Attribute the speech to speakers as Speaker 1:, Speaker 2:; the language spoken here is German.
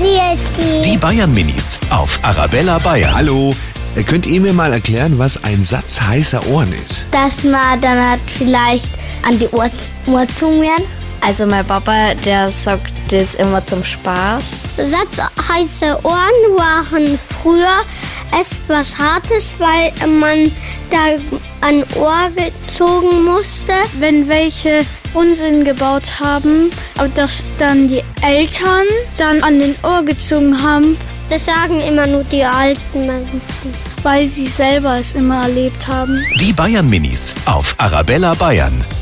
Speaker 1: Wie ist
Speaker 2: Die Bayern Minis auf Arabella Bayern.
Speaker 3: Hallo, könnt ihr mir mal erklären, was ein Satz heißer Ohren ist?
Speaker 1: Dass man dann halt vielleicht an die Ohrzogen werden.
Speaker 4: Also mein Papa, der sagt das immer zum Spaß.
Speaker 1: Satz heiße Ohren waren früher etwas Hartes, weil man da an Ohr gezogen musste.
Speaker 5: Wenn welche Unsinn gebaut haben, aber dass dann die Eltern dann an den Ohr gezogen haben,
Speaker 1: Das sagen immer nur die alten Menschen.
Speaker 5: weil sie selber es immer erlebt haben.
Speaker 2: Die Bayern Minis auf Arabella Bayern.